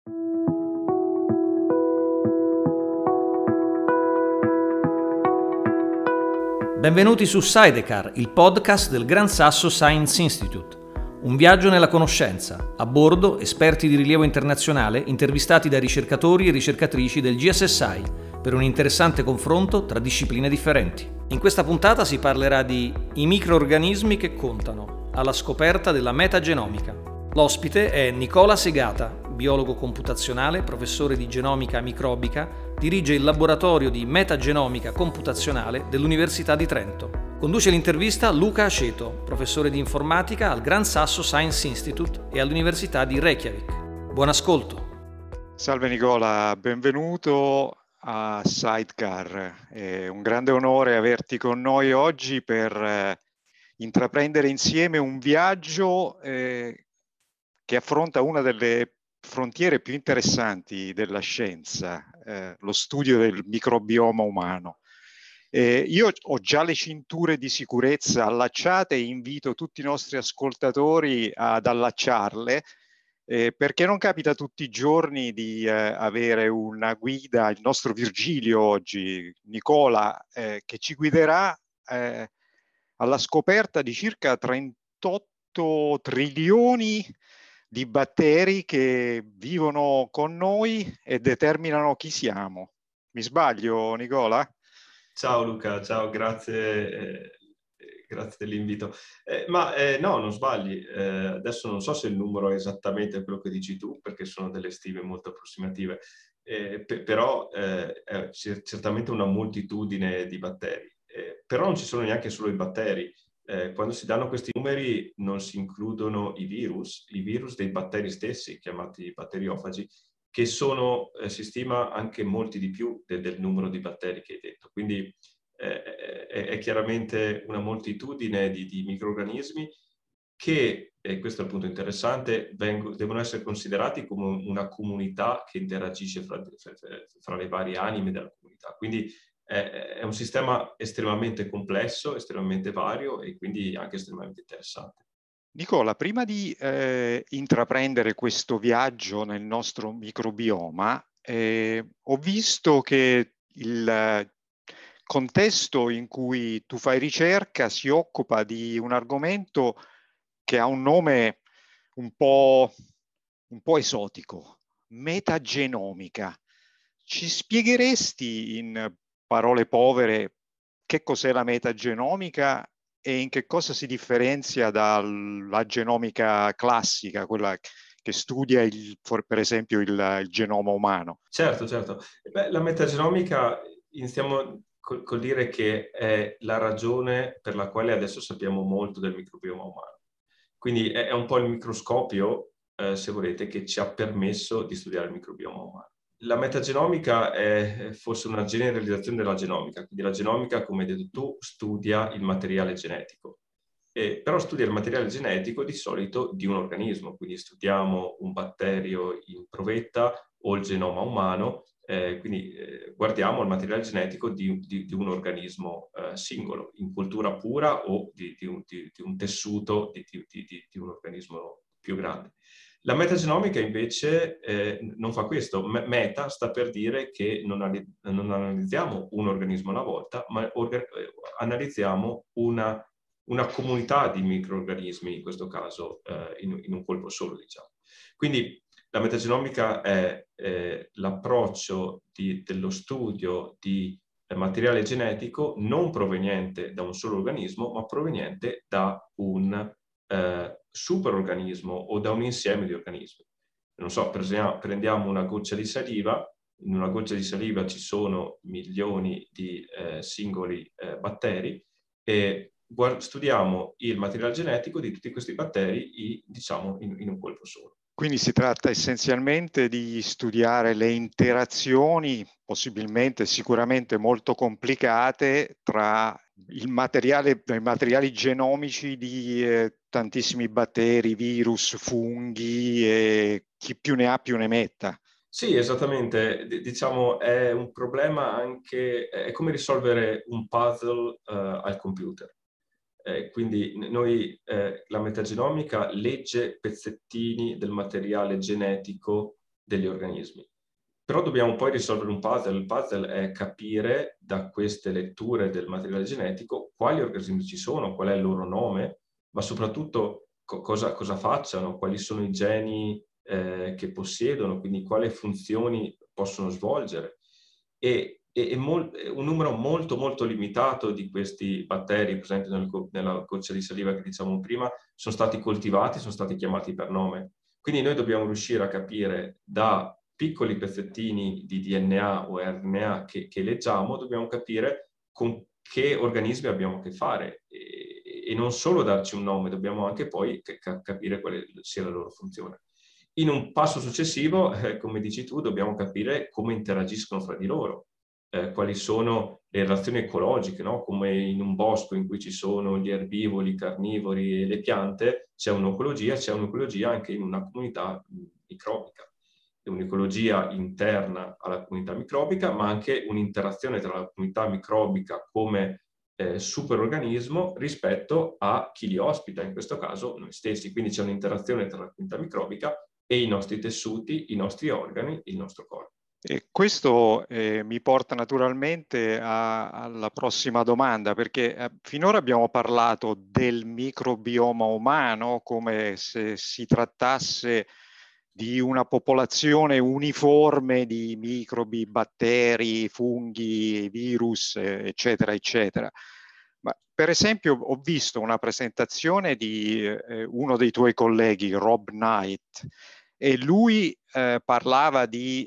Benvenuti su Sidecar, il podcast del Gran Sasso Science Institute. Un viaggio nella conoscenza, a bordo esperti di rilievo internazionale intervistati da ricercatori e ricercatrici del GSSI per un interessante confronto tra discipline differenti. In questa puntata si parlerà di i microorganismi che contano, alla scoperta della metagenomica. L'ospite è Nicola Segata, biologo computazionale, professore di genomica microbica, dirige il laboratorio di metagenomica computazionale dell'Università di Trento. Conduce l'intervista Luca Aceto, professore di informatica al Gran Sasso Science Institute e all'Università di Reykjavik. Buon ascolto. Salve Nicola, benvenuto a Sidecar. È un grande onore averti con noi oggi per intraprendere insieme un viaggio che affronta una delle frontiere più interessanti della scienza, lo studio del microbioma umano. Io ho già le cinture di sicurezza allacciate e invito tutti i nostri ascoltatori ad allacciarle, perché non capita tutti i giorni di avere una guida, il nostro Virgilio oggi, Nicola, che ci guiderà alla scoperta di circa 38 trilioni di batteri che vivono con noi e determinano chi siamo. Mi sbaglio, Nicola? Ciao Luca, ciao, grazie dell'invito. No, non sbagli. Adesso non so se il numero è esattamente quello che dici tu, perché sono delle stime molto approssimative, però è certamente una moltitudine di batteri. Però non ci sono neanche solo i batteri. Quando si danno questi numeri non si includono i virus dei batteri stessi, chiamati batteriofagi, che si stima anche molti di più del numero di batteri che hai detto. Quindi è chiaramente una moltitudine di microrganismi che, e questo è il punto interessante, devono essere considerati come una comunità che interagisce fra le varie anime della comunità. Quindi è un sistema estremamente complesso, estremamente vario e quindi anche estremamente interessante. Nicola, prima di intraprendere questo viaggio nel nostro microbioma, ho visto che il contesto in cui tu fai ricerca si occupa di un argomento che ha un nome un po' esotico, metagenomica. Ci spiegheresti in parole povere che cos'è la metagenomica e in che cosa si differenzia dalla genomica classica, quella che studia per esempio il genoma umano? Certo. La metagenomica, iniziamo col dire che è la ragione per la quale adesso sappiamo molto del microbioma umano. Quindi è un po' il microscopio, se volete, che ci ha permesso di studiare il microbioma umano. La metagenomica è forse una generalizzazione della genomica, quindi la genomica, come hai detto tu, studia il materiale genetico. Però studia il materiale genetico di solito di un organismo, quindi studiamo un batterio in provetta o il genoma umano, quindi guardiamo il materiale genetico di un organismo singolo, in cultura pura o di un tessuto di un organismo più grande. La metagenomica invece non fa questo. Meta sta per dire che non analizziamo un organismo alla volta, ma analizziamo una comunità di microrganismi, in questo caso in un colpo solo, diciamo. Quindi la metagenomica è l'approccio dello studio di materiale genetico non proveniente da un solo organismo, ma proveniente da un superorganismo o da un insieme di organismi. Non so, prendiamo una goccia di saliva, in una goccia di saliva ci sono milioni di singoli batteri e studiamo il materiale genetico di tutti questi batteri, diciamo, in un colpo solo. Quindi si tratta essenzialmente di studiare le interazioni, possibilmente, sicuramente molto complicate, tra i materiali genomici di tantissimi batteri, virus, funghi e chi più ne ha più ne metta. Sì, esattamente. Diciamo, è un problema anche, è come risolvere un puzzle al computer. Quindi la metagenomica legge pezzettini del materiale genetico degli organismi. Però dobbiamo poi risolvere un puzzle. Il puzzle è capire da queste letture del materiale genetico quali organismi ci sono, qual è il loro nome, ma soprattutto cosa facciano, quali sono i geni che possiedono, quindi quali funzioni possono svolgere. E un numero molto molto limitato di questi batteri, per esempio nella goccia di saliva che diciamo prima, sono stati coltivati, sono stati chiamati per nome. Quindi noi dobbiamo riuscire a capire da piccoli pezzettini di DNA o RNA che leggiamo, dobbiamo capire con che organismi abbiamo a che fare e non solo darci un nome, dobbiamo anche poi capire quale sia la loro funzione. In un passo successivo, come dici tu, dobbiamo capire come interagiscono fra di loro, quali sono le relazioni ecologiche, no? Come in un bosco in cui ci sono gli erbivori, i carnivori e le piante, c'è un'ecologia anche in una comunità microbica. È un'ecologia interna alla comunità microbica, ma anche un'interazione tra la comunità microbica come superorganismo rispetto a chi li ospita, in questo caso noi stessi. Quindi c'è un'interazione tra la comunità microbica e i nostri tessuti, i nostri organi, il nostro corpo. E questo mi porta naturalmente alla prossima domanda, perché finora abbiamo parlato del microbioma umano come se si trattasse di una popolazione uniforme di microbi, batteri, funghi, virus, eccetera, eccetera. Ma per esempio ho visto una presentazione di uno dei tuoi colleghi, Rob Knight, e lui parlava di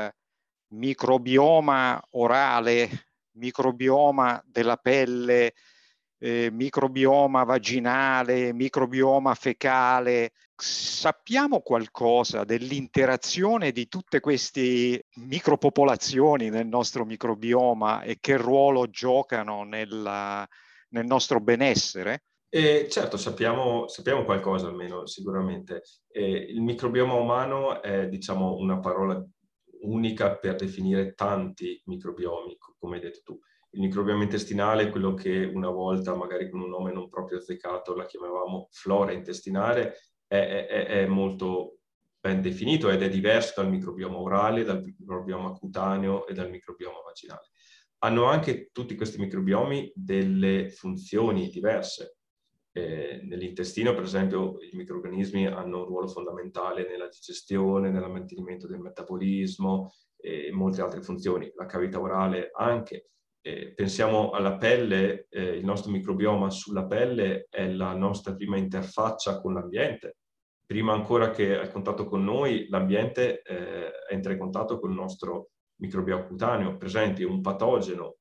microbioma orale, microbioma della pelle, microbioma vaginale, microbioma fecale. Sappiamo qualcosa dell'interazione di tutte queste micropopolazioni nel nostro microbioma e che ruolo giocano nel nostro benessere? Certo, sappiamo qualcosa almeno, sicuramente. Il microbioma umano è, diciamo, una parola unica per definire tanti microbiomi, come hai detto tu. Il microbioma intestinale è quello che una volta, magari con un nome non proprio azzeccato, la chiamavamo flora intestinale, è molto ben definito ed è diverso dal microbioma orale, dal microbioma cutaneo e dal microbioma vaginale. Hanno anche tutti questi microbiomi delle funzioni diverse. Nell'intestino, per esempio, i microrganismi hanno un ruolo fondamentale nella digestione, nel mantenimento del metabolismo e molte altre funzioni. La cavità orale anche. Pensiamo alla pelle, il nostro microbioma sulla pelle è la nostra prima interfaccia con l'ambiente. Prima ancora che al contatto con noi, l'ambiente entra in contatto con il nostro microbioma cutaneo. Per esempio, un patogeno,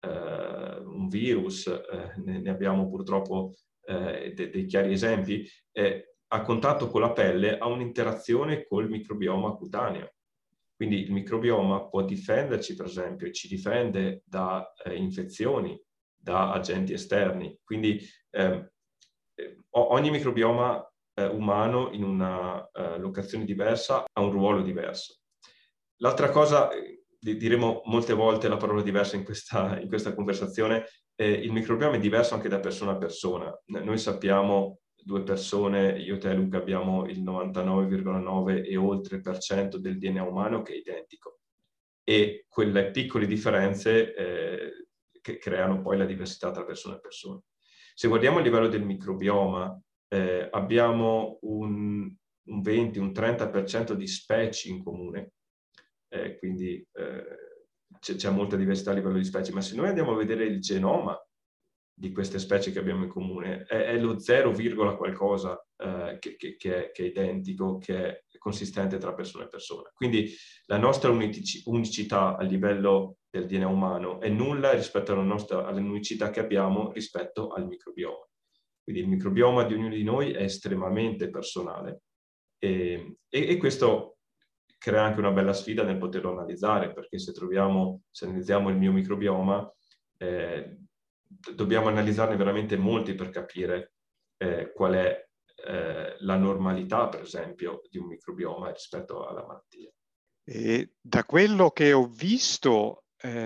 un virus, ne abbiamo purtroppo dei chiari esempi, a contatto con la pelle ha un'interazione col microbioma cutaneo. Quindi il microbioma può difenderci, per esempio, e ci difende da infezioni, da agenti esterni. Quindi ogni microbioma umano in una locazione diversa ha un ruolo diverso. L'altra cosa, diremo molte volte la parola diversa in questa conversazione, il microbioma è diverso anche da persona a persona. Noi sappiamo, due persone, io e te Luca, abbiamo il 99,9 e oltre per cento del DNA umano che è identico. E quelle piccole differenze che creano poi la diversità tra persona e persona. Se guardiamo a livello del microbioma, abbiamo un 20, un 30% di specie in comune, quindi c'è molta diversità a livello di specie, ma se noi andiamo a vedere il genoma di queste specie che abbiamo in comune, è lo 0, qualcosa che è identico, che è consistente tra persona e persona. Quindi la nostra unicità a livello del DNA umano è nulla rispetto all'unicità che abbiamo rispetto al microbioma. Quindi il microbioma di ognuno di noi è estremamente personale e questo crea anche una bella sfida nel poterlo analizzare, perché se analizziamo il mio microbioma, dobbiamo analizzarne veramente molti per capire qual è la normalità, per esempio, di un microbioma rispetto alla malattia. E da quello che ho visto,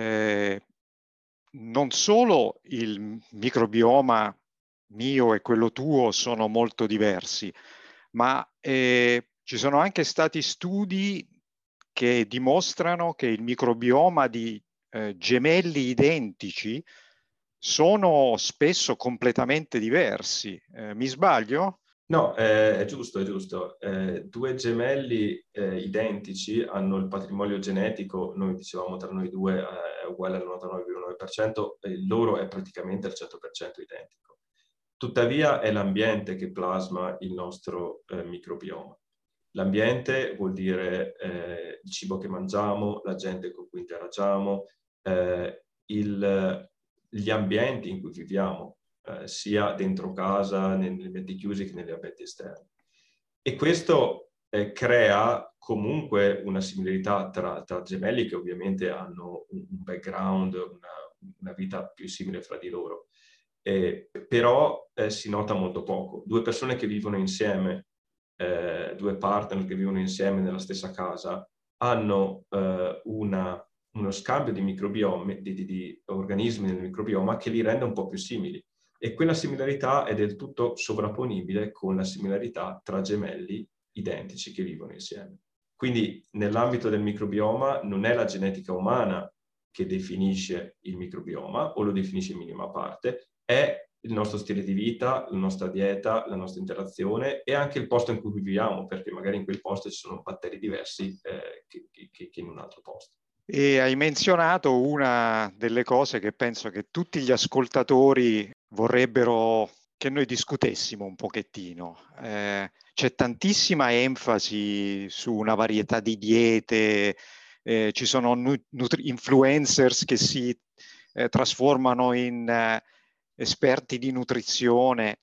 non solo il microbioma mio e quello tuo sono molto diversi, ma ci sono anche stati studi che dimostrano che il microbioma di gemelli identici sono spesso completamente diversi. Mi sbaglio? No, è giusto, è giusto. Due gemelli identici hanno il patrimonio genetico, noi dicevamo tra noi due è uguale al 99,9%, e il loro è praticamente al 100% identico. Tuttavia è l'ambiente che plasma il nostro microbioma. L'ambiente vuol dire il cibo che mangiamo, la gente con cui interagiamo, gli ambienti in cui viviamo, sia dentro casa, negli ambienti chiusi che negli ambienti esterni. E questo crea comunque una similarità tra gemelli che ovviamente hanno un background, una vita più simile fra di loro. Però si nota molto poco. Due persone che vivono insieme, due partner che vivono insieme nella stessa casa, hanno uno scambio di microbiomi, di organismi nel microbioma che li rende un po' più simili. E quella similarità è del tutto sovrapponibile con la similarità tra gemelli identici che vivono insieme. Quindi nell'ambito del microbioma non è la genetica umana che definisce il microbioma o lo definisce in minima parte, è il nostro stile di vita, la nostra dieta, la nostra interazione e anche il posto in cui viviamo, perché magari in quel posto ci sono batteri diversi che in un altro posto. E hai menzionato una delle cose che penso che tutti gli ascoltatori vorrebbero che noi discutessimo un pochettino. C'è tantissima enfasi su una varietà di diete, ci sono influencers che si trasformano in esperti di nutrizione.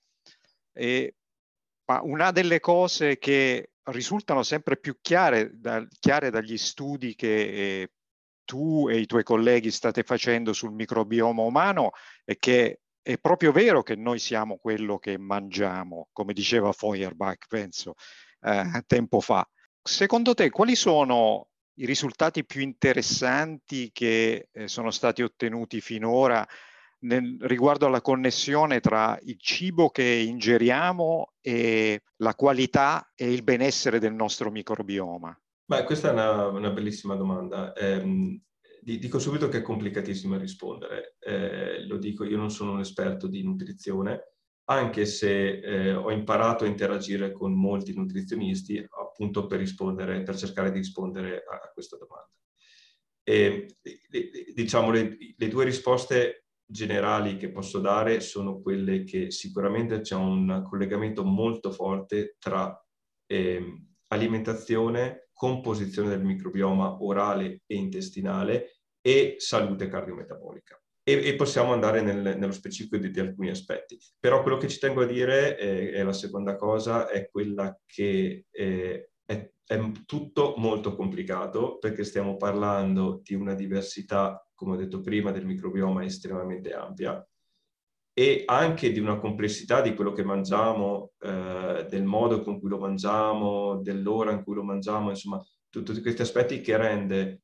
Ma una delle cose che risultano sempre più chiare dagli studi che tu e i tuoi colleghi state facendo sul microbioma umano è che è proprio vero che noi siamo quello che mangiamo, come diceva Feuerbach, penso, tempo fa. Secondo te, quali sono i risultati più interessanti che sono stati ottenuti finora riguardo alla connessione tra il cibo che ingeriamo e la qualità e il benessere del nostro microbioma? Beh, questa è una bellissima domanda. Dico subito che è complicatissimo rispondere. Lo dico, io non sono un esperto di nutrizione, anche se ho imparato a interagire con molti nutrizionisti appunto per cercare di rispondere a questa domanda. Diciamo, le due risposte generali che posso dare sono quelle che sicuramente c'è un collegamento molto forte tra alimentazione, composizione del microbioma orale e intestinale e salute cardiometabolica. E possiamo andare nello specifico di alcuni aspetti. Però quello che ci tengo a dire, è la seconda cosa, è quella che è tutto molto complicato perché stiamo parlando di una diversità, come ho detto prima, del microbioma estremamente ampia e anche di una complessità di quello che mangiamo, del modo con cui lo mangiamo, dell'ora in cui lo mangiamo, insomma, tutti questi aspetti che rende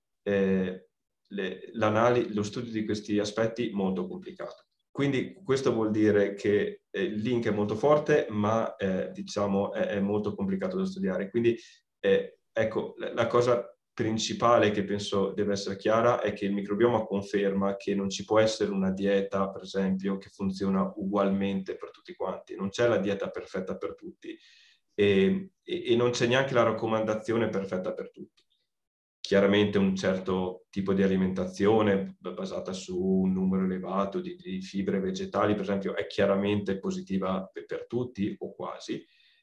lo studio di questi aspetti molto complicato. Quindi questo vuol dire che il link è molto forte, ma diciamo è molto complicato da studiare. Quindi ecco, la cosa principale che penso deve essere chiara è che il microbioma conferma che non ci può essere una dieta, per esempio, che funziona ugualmente per tutti quanti. Non c'è la dieta perfetta per tutti e non c'è neanche la raccomandazione perfetta per tutti. Chiaramente un certo tipo di alimentazione basata su un numero elevato di fibre vegetali, per esempio, è chiaramente positiva per tutti o quasi,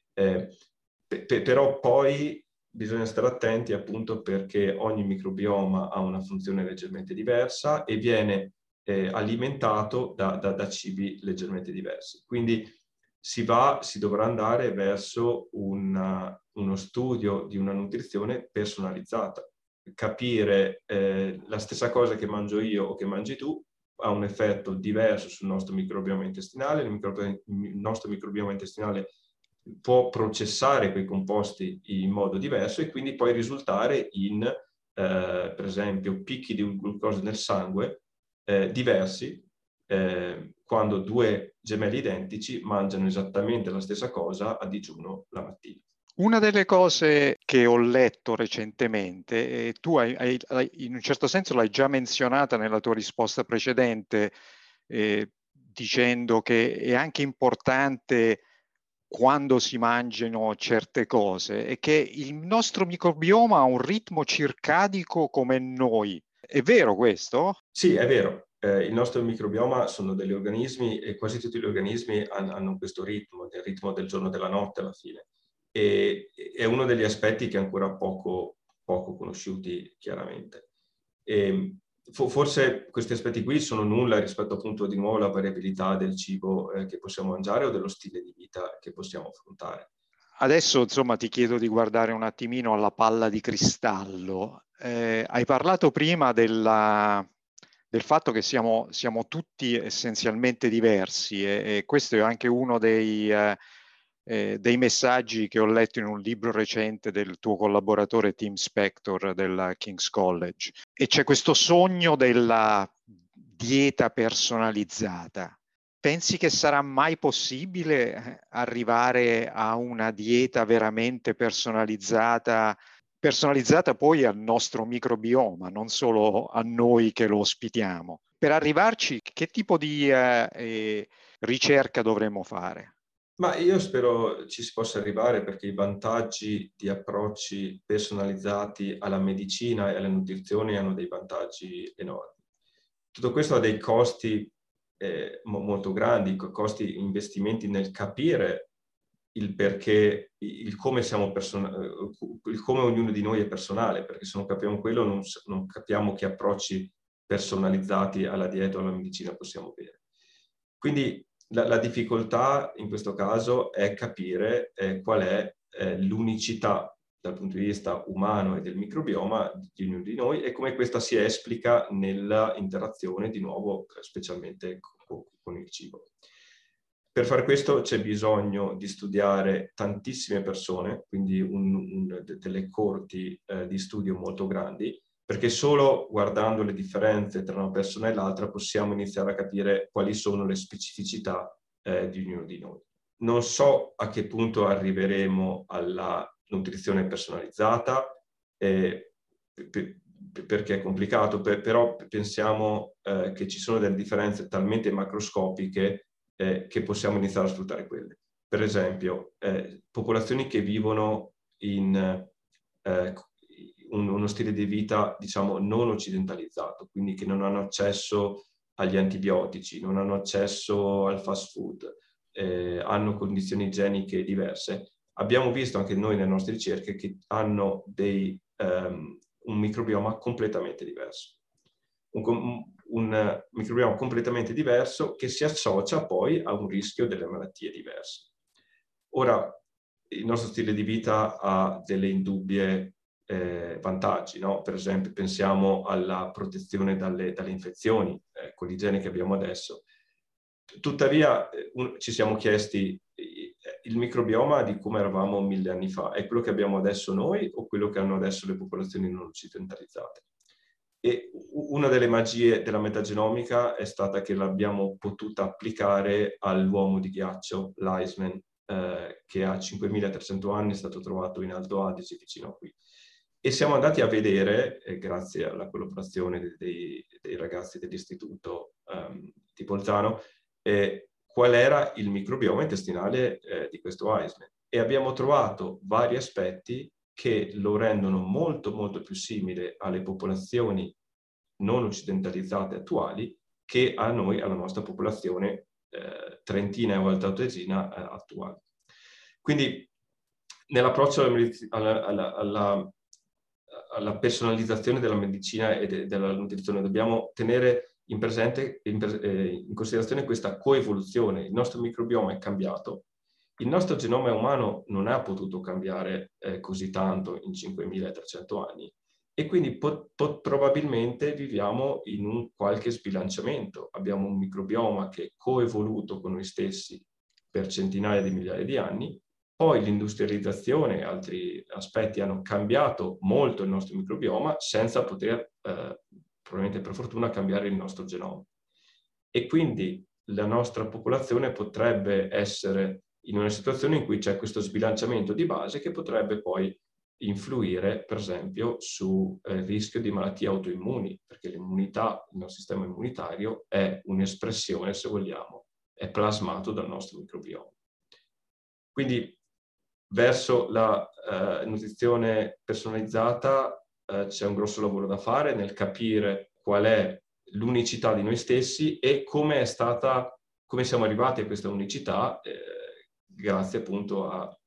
però poi bisogna stare attenti appunto perché ogni microbioma ha una funzione leggermente diversa e viene alimentato da cibi leggermente diversi. Quindi si dovrà andare verso uno studio di una nutrizione personalizzata. Capire la stessa cosa che mangio io o che mangi tu ha un effetto diverso sul nostro microbioma intestinale. Il nostro microbioma intestinale può processare quei composti in modo diverso e quindi poi risultare in, per esempio, picchi di glucosio nel sangue diversi quando due gemelli identici mangiano esattamente la stessa cosa a digiuno la mattina. Una delle cose che ho letto recentemente, e tu in un certo senso l'hai già menzionata nella tua risposta precedente, dicendo che è anche importante quando si mangiano certe cose, è che il nostro microbioma ha un ritmo circadico come noi. È vero questo? Sì, è vero. Il nostro microbioma sono degli organismi e quasi tutti gli organismi hanno questo ritmo, il ritmo del giorno e della notte alla fine. E è uno degli aspetti che è ancora poco conosciuti chiaramente. E forse questi aspetti qui sono nulla rispetto appunto di nuovo alla variabilità del cibo che possiamo mangiare o dello stile di vita che possiamo affrontare. Adesso, insomma, ti chiedo di guardare un attimino alla palla di cristallo. Hai parlato prima del fatto che siamo tutti essenzialmente diversi e questo è anche uno dei messaggi che ho letto in un libro recente del tuo collaboratore Tim Spector del King's College. E c'è questo sogno della dieta personalizzata. Pensi che sarà mai possibile arrivare a una dieta veramente personalizzata poi al nostro microbioma, non solo a noi che lo ospitiamo? Per arrivarci, che tipo di ricerca dovremmo fare? Ma io spero ci si possa arrivare perché i vantaggi di approcci personalizzati alla medicina e alla nutrizione hanno dei vantaggi enormi. Tutto questo ha dei costi molto grandi, costi investimenti nel capire il perché, il come il come ognuno di noi è personale, perché se non capiamo quello non capiamo che approcci personalizzati alla dieta o alla medicina possiamo avere. Quindi la difficoltà in questo caso è capire qual è l'unicità dal punto di vista umano e del microbioma di ognuno di noi e come questa si esplica nella interazione di nuovo specialmente con il cibo. Per fare questo c'è bisogno di studiare tantissime persone, quindi delle corti di studio molto grandi, perché solo guardando le differenze tra una persona e l'altra possiamo iniziare a capire quali sono le specificità di ognuno di noi. Non so a che punto arriveremo alla nutrizione personalizzata, perché è complicato, però pensiamo che ci sono delle differenze talmente macroscopiche che possiamo iniziare a sfruttare quelle. Per esempio, popolazioni che vivono in uno stile di vita, diciamo, non occidentalizzato, quindi che non hanno accesso agli antibiotici, non hanno accesso al fast food, hanno condizioni igieniche diverse. Abbiamo visto anche noi nelle nostre ricerche che hanno un microbioma completamente diverso. Un microbioma completamente diverso che si associa poi a un rischio delle malattie diverse. Ora, il nostro stile di vita ha delle indubbie vantaggi, no? Per esempio, pensiamo alla protezione dalle infezioni con l'igiene che abbiamo adesso. Tuttavia, ci siamo chiesti il microbioma di come eravamo 1000 anni fa, è quello che abbiamo adesso noi o quello che hanno adesso le popolazioni non occidentalizzate? E una delle magie della metagenomica è stata che l'abbiamo potuta applicare all'uomo di ghiaccio, l'Iceman, che ha 5300 anni, è stato trovato in Alto Adige, vicino a qui. E siamo andati a vedere, grazie alla collaborazione dei ragazzi dell'istituto di Bolzano, qual era il microbioma intestinale di questo Iceman. E abbiamo trovato vari aspetti che lo rendono molto, molto più simile alle popolazioni non occidentalizzate attuali che a noi, alla nostra popolazione trentina o altoatesina attuale. Quindi nell'approccio alla personalizzazione della medicina e della nutrizione dobbiamo tenere in considerazione questa coevoluzione. Il nostro microbioma è cambiato, il nostro genoma umano non ha potuto cambiare così tanto in 5300 anni e quindi probabilmente viviamo in un qualche sbilanciamento. Abbiamo un microbioma che è coevoluto con noi stessi per centinaia di migliaia di anni, poi l'industrializzazione e altri aspetti hanno cambiato molto il nostro microbioma senza poter, probabilmente per fortuna, cambiare il nostro genoma. E quindi la nostra popolazione potrebbe essere in una situazione in cui c'è questo sbilanciamento di base che potrebbe poi influire, per esempio, sul rischio di malattie autoimmuni, perché l'immunità, il nostro sistema immunitario è un'espressione, se vogliamo, è plasmato dal nostro microbioma. Quindi verso la nutrizione personalizzata c'è un grosso lavoro da fare nel capire qual è l'unicità di noi stessi e come siamo arrivati a questa unicità, grazie appunto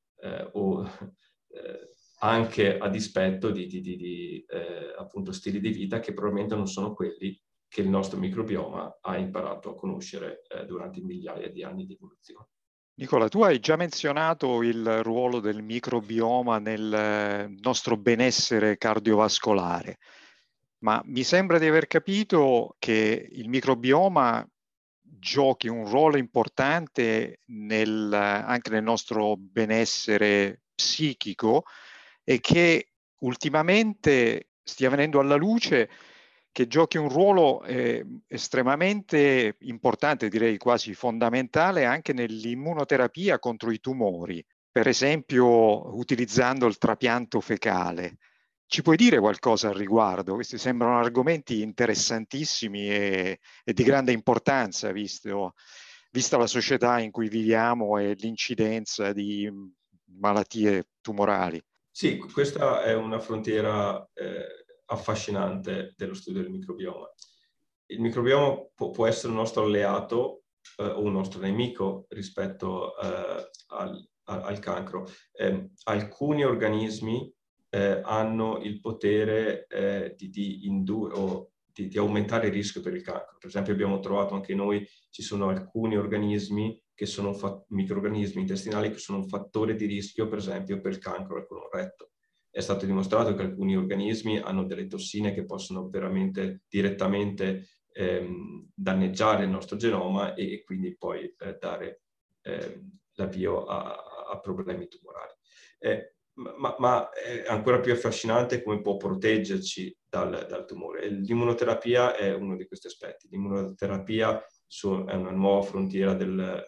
anche a dispetto di appunto stili di vita che probabilmente non sono quelli che il nostro microbioma ha imparato a conoscere durante migliaia di anni di evoluzione. Nicola, tu hai già menzionato il ruolo del microbioma nel nostro benessere cardiovascolare, ma mi sembra di aver capito che il microbioma giochi un ruolo importante anche nel nostro benessere psichico e che ultimamente stia venendo alla luce che giochi un ruolo estremamente importante, direi quasi fondamentale, anche nell'immunoterapia contro i tumori, per esempio utilizzando il trapianto fecale. Ci puoi dire qualcosa al riguardo? Questi sembrano argomenti interessantissimi e di grande importanza, vista la società in cui viviamo e l'incidenza di malattie tumorali. Sì, questa è una frontiera affascinante dello studio del microbioma. Il microbioma può essere un nostro alleato o un nostro nemico rispetto al cancro. Alcuni organismi hanno il potere di indurre o di aumentare il rischio per il cancro. Per esempio abbiamo trovato anche noi, ci sono alcuni organismi che sono microrganismi intestinali che sono un fattore di rischio, per esempio, per il cancro al colon retto. È stato dimostrato che alcuni organismi hanno delle tossine che possono veramente direttamente danneggiare il nostro genoma e quindi poi dare l'avvio a problemi tumorali. Ma è ancora più affascinante come può proteggerci dal tumore. L'immunoterapia è uno di questi aspetti. L'immunoterapia è una nuova frontiera della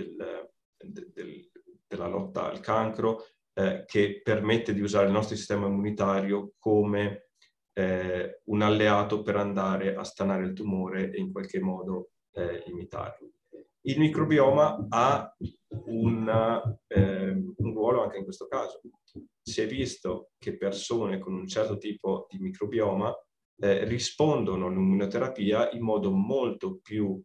lotta al cancro che permette di usare il nostro sistema immunitario come un alleato per andare a stanare il tumore e in qualche modo imitarlo. Il microbioma ha un ruolo anche in questo caso. Si è visto che persone con un certo tipo di microbioma rispondono all'immunoterapia in modo molto più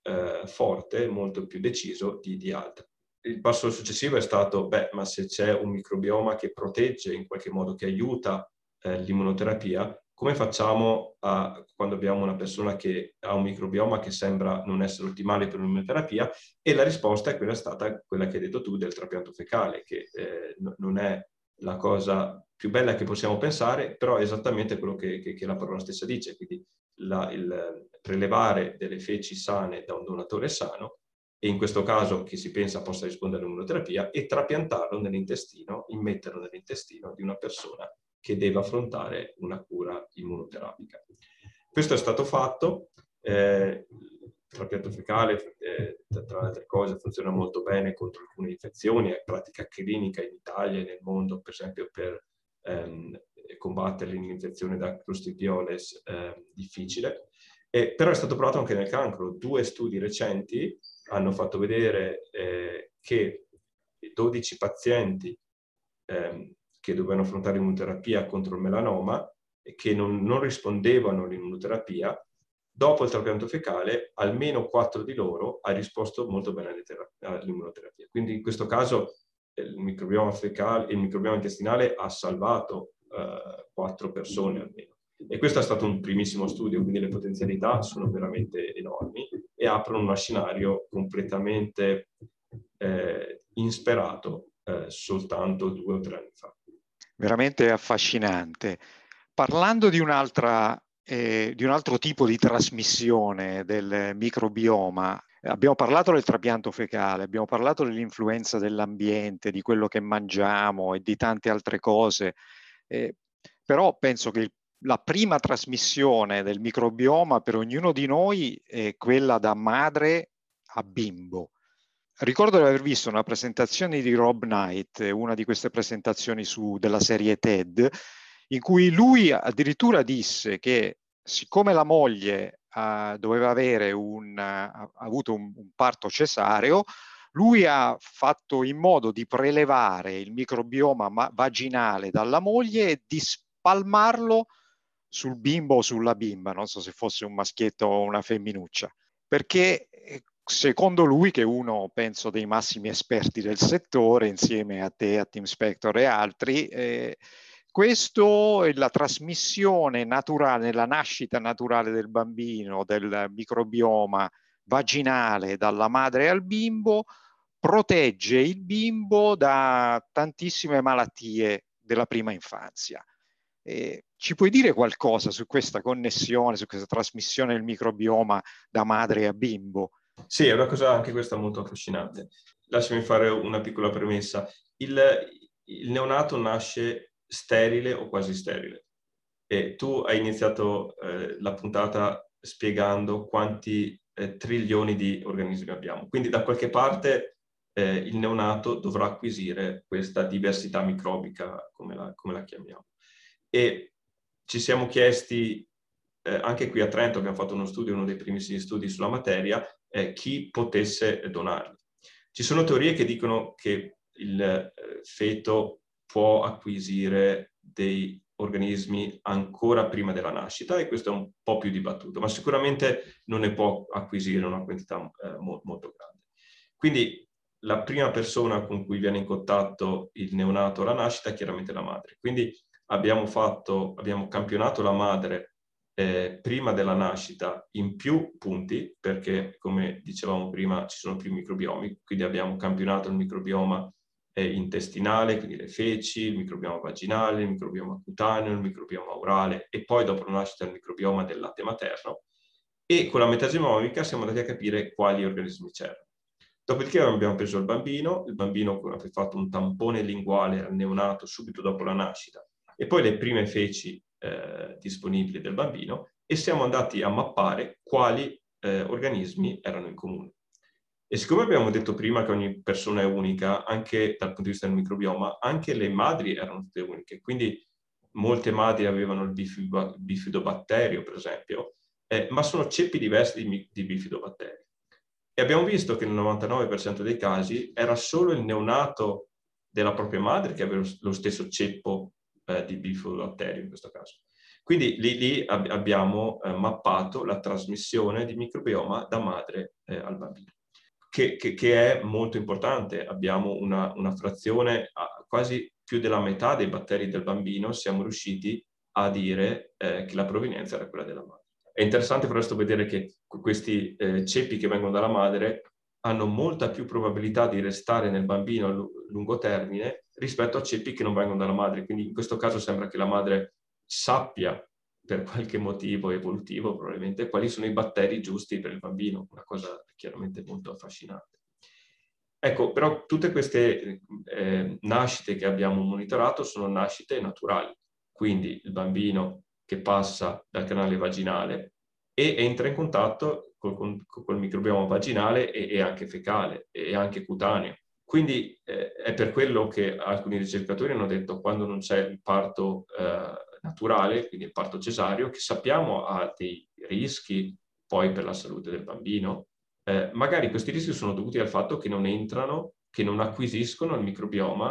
forte, molto più deciso di altre. Il passo successivo è stato, ma se c'è un microbioma che protegge in qualche modo, che aiuta l'immunoterapia, come facciamo quando abbiamo una persona che ha un microbioma che sembra non essere ottimale per l'immunoterapia? E la risposta è stata quella che hai detto tu del trapianto fecale, che non è la cosa più bella che possiamo pensare, però è esattamente quello che la parola stessa dice, quindi il prelevare delle feci sane da un donatore sano, e in questo caso che si pensa possa rispondere all'immunoterapia, e trapiantarlo nell'intestino, immetterlo nell'intestino di una persona che deve affrontare una cura immunoterapica. Questo è stato fatto. Il trapianto fecale, tra le altre cose, funziona molto bene contro alcune infezioni, è pratica clinica in Italia e nel mondo, per esempio per combattere l'infezione da Clostridioides difficile. Però è stato provato anche nel cancro. 2 studi recenti hanno fatto vedere che 12 pazienti che dovevano affrontare l'immunoterapia contro il melanoma e che non rispondevano all'immunoterapia, dopo il trapianto fecale almeno 4 di loro ha risposto molto bene all'immunoterapia. Quindi in questo caso il microbioma fecale, il microbioma intestinale ha salvato 4 persone almeno. E questo è stato un primissimo studio, quindi le potenzialità sono veramente enormi e aprono uno scenario completamente insperato soltanto 2 o 3 anni fa. Veramente affascinante. Parlando di un altro tipo di trasmissione del microbioma, abbiamo parlato del trapianto fecale, abbiamo parlato dell'influenza dell'ambiente, di quello che mangiamo e di tante altre cose, però penso che la prima trasmissione del microbioma per ognuno di noi è quella da madre a bimbo. Ricordo di aver visto una presentazione di Rob Knight, una di queste presentazioni della serie TED, in cui lui addirittura disse che siccome la moglie doveva avere ha avuto un parto cesareo, lui ha fatto in modo di prelevare il microbioma vaginale dalla moglie e di spalmarlo sul bimbo o sulla bimba, non so se fosse un maschietto o una femminuccia, perché secondo lui, che è uno, penso, dei massimi esperti del settore, insieme a te, a Tim Spector e altri, questo è la trasmissione naturale, la nascita naturale del bambino, del microbioma vaginale dalla madre al bimbo, protegge il bimbo da tantissime malattie della prima infanzia. Ci puoi dire qualcosa su questa connessione, su questa trasmissione del microbioma da madre a bimbo? Sì, è una cosa anche questa molto affascinante. Lasciami fare una piccola premessa. Il neonato nasce sterile o quasi sterile. E tu hai iniziato la puntata spiegando quanti trilioni di organismi abbiamo. Quindi da qualche parte il neonato dovrà acquisire questa diversità microbica, come la chiamiamo. E ci siamo chiesti, anche qui a Trento abbiamo fatto uno dei primissimi studi sulla materia, chi potesse donarli. Ci sono teorie che dicono che il feto può acquisire dei organismi ancora prima della nascita, e questo è un po' più dibattuto, ma sicuramente non ne può acquisire una quantità molto grande. Quindi la prima persona con cui viene in contatto il neonato alla nascita è chiaramente la madre. Quindi abbiamo campionato la madre prima della nascita in più punti, perché come dicevamo prima ci sono più microbiomi, quindi abbiamo campionato il microbioma intestinale, quindi le feci, il microbioma vaginale, il microbioma cutaneo, il microbioma orale, e poi dopo la nascita il microbioma del latte materno, e con la metagenomica siamo andati a capire quali organismi c'erano. Dopodiché abbiamo preso il bambino ha fatto un tampone linguale al neonato subito dopo la nascita, e poi le prime feci disponibili del bambino, e siamo andati a mappare quali organismi erano in comune. E siccome abbiamo detto prima che ogni persona è unica, anche dal punto di vista del microbioma, anche le madri erano tutte uniche. Quindi molte madri avevano il bifidobatterio, per esempio, ma sono ceppi diversi di bifidobatteri. E abbiamo visto che nel 99% dei casi era solo il neonato della propria madre che aveva lo stesso ceppo di bifidobatterio in questo caso. Quindi lì abbiamo mappato la trasmissione di microbioma da madre al bambino, che è molto importante. Abbiamo una frazione, quasi più della metà dei batteri del bambino, siamo riusciti a dire che la provenienza era quella della madre. È interessante presto vedere che questi ceppi che vengono dalla madre hanno molta più probabilità di restare nel bambino a lungo termine rispetto a ceppi che non vengono dalla madre. Quindi in questo caso sembra che la madre sappia, per qualche motivo evolutivo probabilmente, quali sono i batteri giusti per il bambino, una cosa chiaramente molto affascinante. Ecco, però tutte queste nascite che abbiamo monitorato sono nascite naturali, quindi il bambino che passa dal canale vaginale e entra in contatto col microbioma vaginale e anche fecale e anche cutaneo. Quindi è per quello che alcuni ricercatori hanno detto, quando non c'è il parto naturale, quindi il parto cesareo, che sappiamo ha dei rischi poi per la salute del bambino, magari questi rischi sono dovuti al fatto che non entrano, che non acquisiscono il microbioma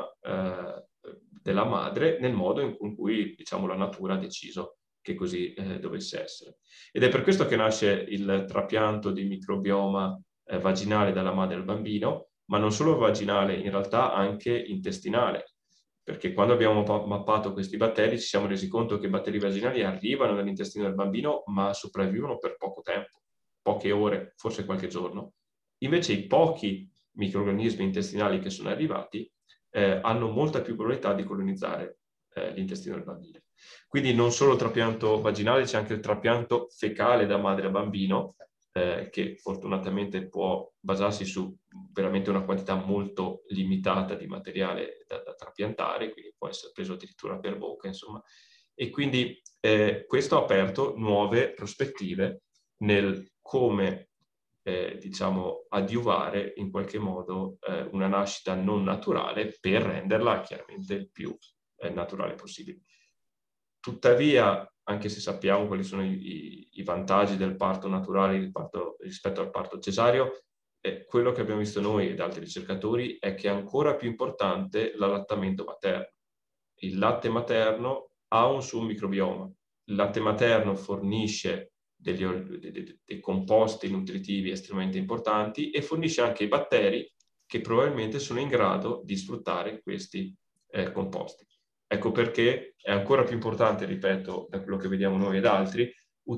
della madre nel modo in cui, diciamo, la natura ha deciso che così dovesse essere. Ed è per questo che nasce il trapianto di microbioma vaginale dalla madre al bambino, ma non solo vaginale, in realtà anche intestinale, perché quando abbiamo mappato questi batteri ci siamo resi conto che i batteri vaginali arrivano nell'intestino del bambino, ma sopravvivono per poco tempo, poche ore, forse qualche giorno. Invece i pochi microrganismi intestinali che sono arrivati hanno molta più probabilità di colonizzare l'intestino del bambino. Quindi non solo il trapianto vaginale, c'è anche il trapianto fecale da madre a bambino, che fortunatamente può basarsi su veramente una quantità molto limitata di materiale da trapiantare, quindi può essere preso addirittura per bocca, insomma. E quindi questo ha aperto nuove prospettive nel come adiuvare in qualche modo una nascita non naturale per renderla chiaramente il più naturale possibile. Tuttavia, anche se sappiamo quali sono i vantaggi del parto naturale rispetto al parto cesareo, quello che abbiamo visto noi ed altri ricercatori è che è ancora più importante l'allattamento materno. Il latte materno ha un suo microbioma. Il latte materno fornisce dei composti nutritivi estremamente importanti e fornisce anche i batteri che probabilmente sono in grado di sfruttare questi composti. Ecco perché è ancora più importante, ripeto, da quello che vediamo noi ed altri,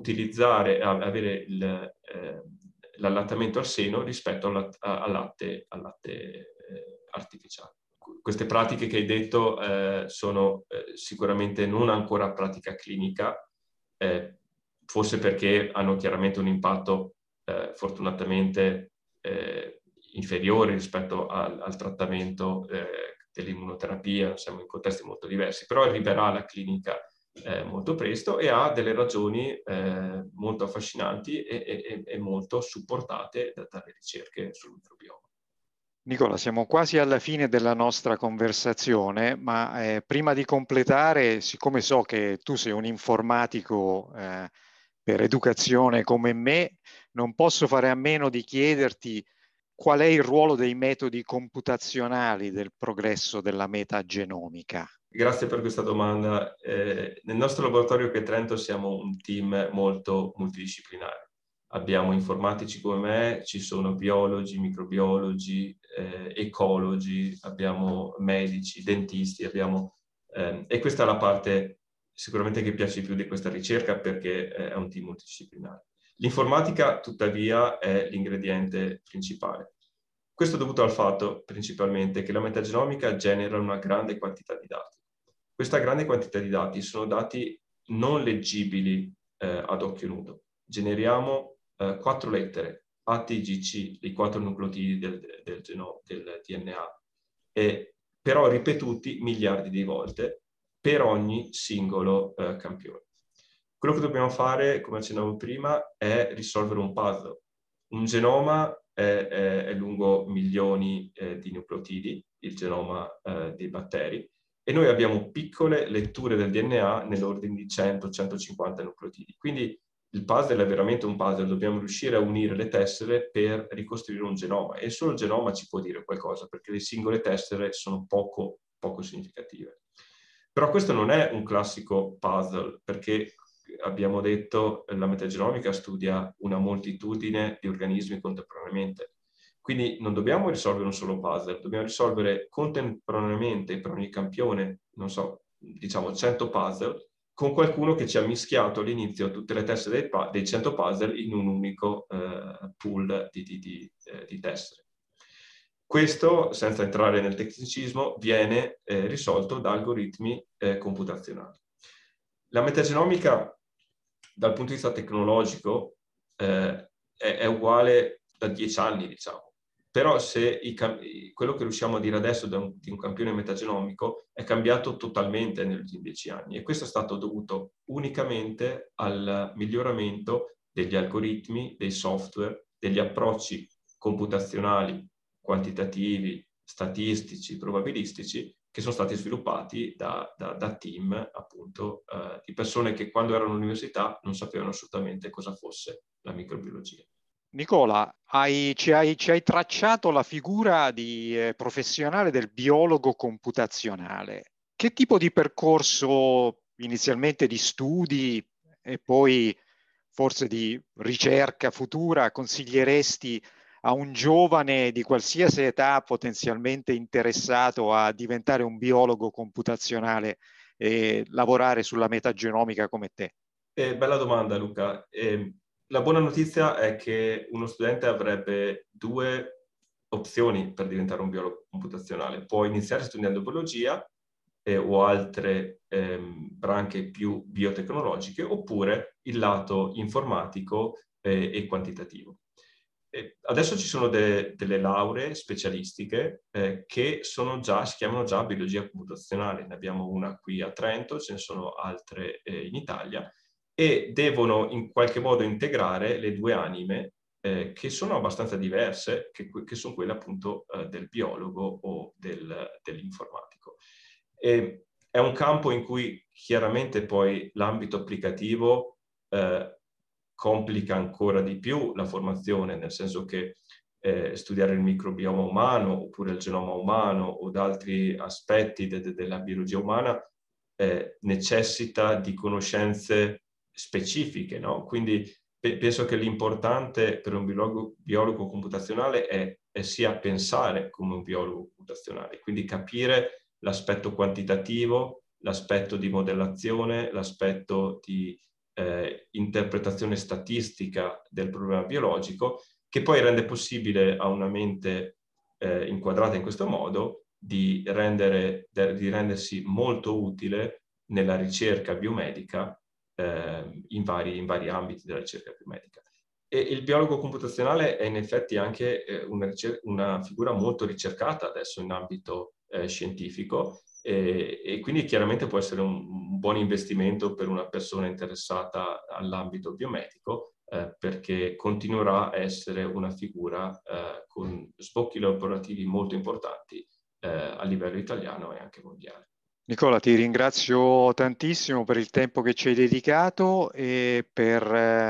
avere l'allattamento al seno rispetto al latte artificiale. Queste pratiche che hai detto sono sicuramente non ancora pratica clinica, forse perché hanno chiaramente un impatto fortunatamente inferiore rispetto al trattamento dell'immunoterapia, siamo in contesti molto diversi, però arriverà alla clinica molto presto e ha delle ragioni molto affascinanti e molto supportate dalle ricerche sul microbioma. Nicola, siamo quasi alla fine della nostra conversazione, ma prima di completare, siccome so che tu sei un informatico per educazione come me, non posso fare a meno di chiederti qual è il ruolo dei metodi computazionali del progresso della metagenomica. Grazie per questa domanda. Nel nostro laboratorio qui a Trento siamo un team molto multidisciplinare. Abbiamo informatici come me, ci sono biologi, microbiologi, ecologi, abbiamo medici, dentisti, e questa è la parte sicuramente che piace più di questa ricerca perché è un team multidisciplinare. L'informatica, tuttavia, è l'ingrediente principale. Questo è dovuto al fatto, principalmente, che la metagenomica genera una grande quantità di dati. Questa grande quantità di dati sono dati non leggibili ad occhio nudo. Generiamo 4 lettere, A, T, G, C, i 4 nucleotidi del DNA, però ripetuti miliardi di volte per ogni singolo campione. Quello che dobbiamo fare, come accennavo prima, è risolvere un puzzle. Un genoma è lungo milioni di nucleotidi, il genoma dei batteri, e noi abbiamo piccole letture del DNA nell'ordine di 100-150 nucleotidi. Quindi il puzzle è veramente un puzzle, dobbiamo riuscire a unire le tessere per ricostruire un genoma, e solo il genoma ci può dire qualcosa, perché le singole tessere sono poco significative. Però questo non è un classico puzzle, perché abbiamo detto la metagenomica studia una moltitudine di organismi contemporaneamente. Quindi non dobbiamo risolvere un solo puzzle, dobbiamo risolvere contemporaneamente per ogni campione, non so, diciamo 100 puzzle, con qualcuno che ci ha mischiato all'inizio tutte le tessere dei 100 puzzle in un unico pool di tessere. Questo, senza entrare nel tecnicismo, viene risolto da algoritmi computazionali. La metagenomica, dal punto di vista tecnologico, è uguale da 10 anni, diciamo. Però se quello che riusciamo a dire adesso di un campione metagenomico è cambiato totalmente negli ultimi 10 anni, e questo è stato dovuto unicamente al miglioramento degli algoritmi, dei software, degli approcci computazionali, quantitativi, statistici, probabilistici, che sono stati sviluppati da team, appunto, di persone che quando erano all'università non sapevano assolutamente cosa fosse la microbiologia. Nicola, ci hai tracciato la figura di professionale del biologo computazionale. Che tipo di percorso, inizialmente di studi e poi forse di ricerca futura, consiglieresti a un giovane di qualsiasi età potenzialmente interessato a diventare un biologo computazionale e lavorare sulla metagenomica come te? Bella domanda, Luca. La buona notizia è che uno studente avrebbe 2 opzioni per diventare un biologo computazionale. Può iniziare studiando biologia o altre branche più biotecnologiche, oppure il lato informatico e quantitativo. Adesso ci sono delle lauree specialistiche che si chiamano già biologia computazionale. Ne abbiamo una qui a Trento, ce ne sono altre in Italia, e devono in qualche modo integrare le 2 anime che sono abbastanza diverse, che sono quelle appunto del biologo o dell'informatico. E è un campo in cui chiaramente poi l'ambito applicativo complica ancora di più la formazione, nel senso che studiare il microbioma umano oppure il genoma umano o altri aspetti della biologia umana necessita di conoscenze specifiche, no? Quindi penso che l'importante per un biologo computazionale è sia pensare come un biologo computazionale, quindi capire l'aspetto quantitativo, l'aspetto di modellazione, l'aspetto di interpretazione statistica del problema biologico, che poi rende possibile a una mente inquadrata in questo modo di rendersi molto utile nella ricerca biomedica in vari ambiti della ricerca biomedica. E il biologo computazionale è in effetti anche una figura molto ricercata adesso in ambito scientifico e quindi chiaramente può essere un buon investimento per una persona interessata all'ambito biomedico perché continuerà a essere una figura con sbocchi lavorativi molto importanti a livello italiano e anche mondiale. Nicola, ti ringrazio tantissimo per il tempo che ci hai dedicato e per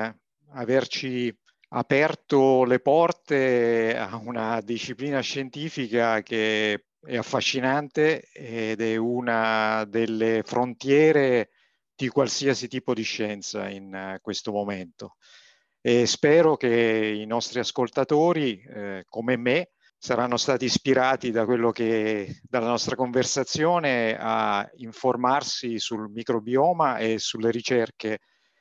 averci aperto le porte a una disciplina scientifica che è affascinante ed è una delle frontiere di qualsiasi tipo di scienza in questo momento. E spero che i nostri ascoltatori, come me, saranno stati ispirati da quello dalla nostra conversazione a informarsi sul microbioma e sulle ricerche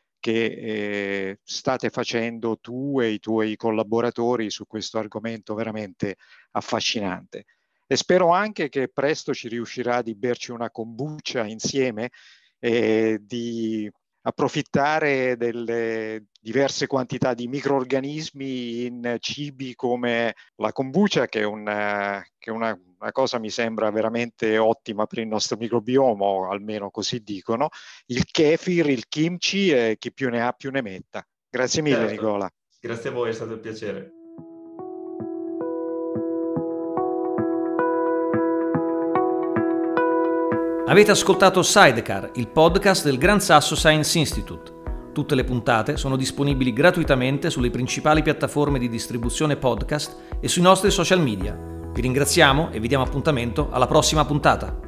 che state facendo tu e i tuoi collaboratori su questo argomento veramente affascinante. E spero anche che presto ci riuscirà di berci una kombucha insieme e di approfittare delle diverse quantità di microorganismi in cibi come la kombucha, che è una cosa mi sembra veramente ottima per il nostro microbioma, o almeno così dicono, il kefir, il kimchi e chi più ne ha più ne metta. Grazie mille, certo. Nicola. Grazie a voi, è stato un piacere. Avete ascoltato Sidecar, il podcast del Gran Sasso Science Institute. Tutte le puntate sono disponibili gratuitamente sulle principali piattaforme di distribuzione podcast e sui nostri social media. Vi ringraziamo e vi diamo appuntamento alla prossima puntata.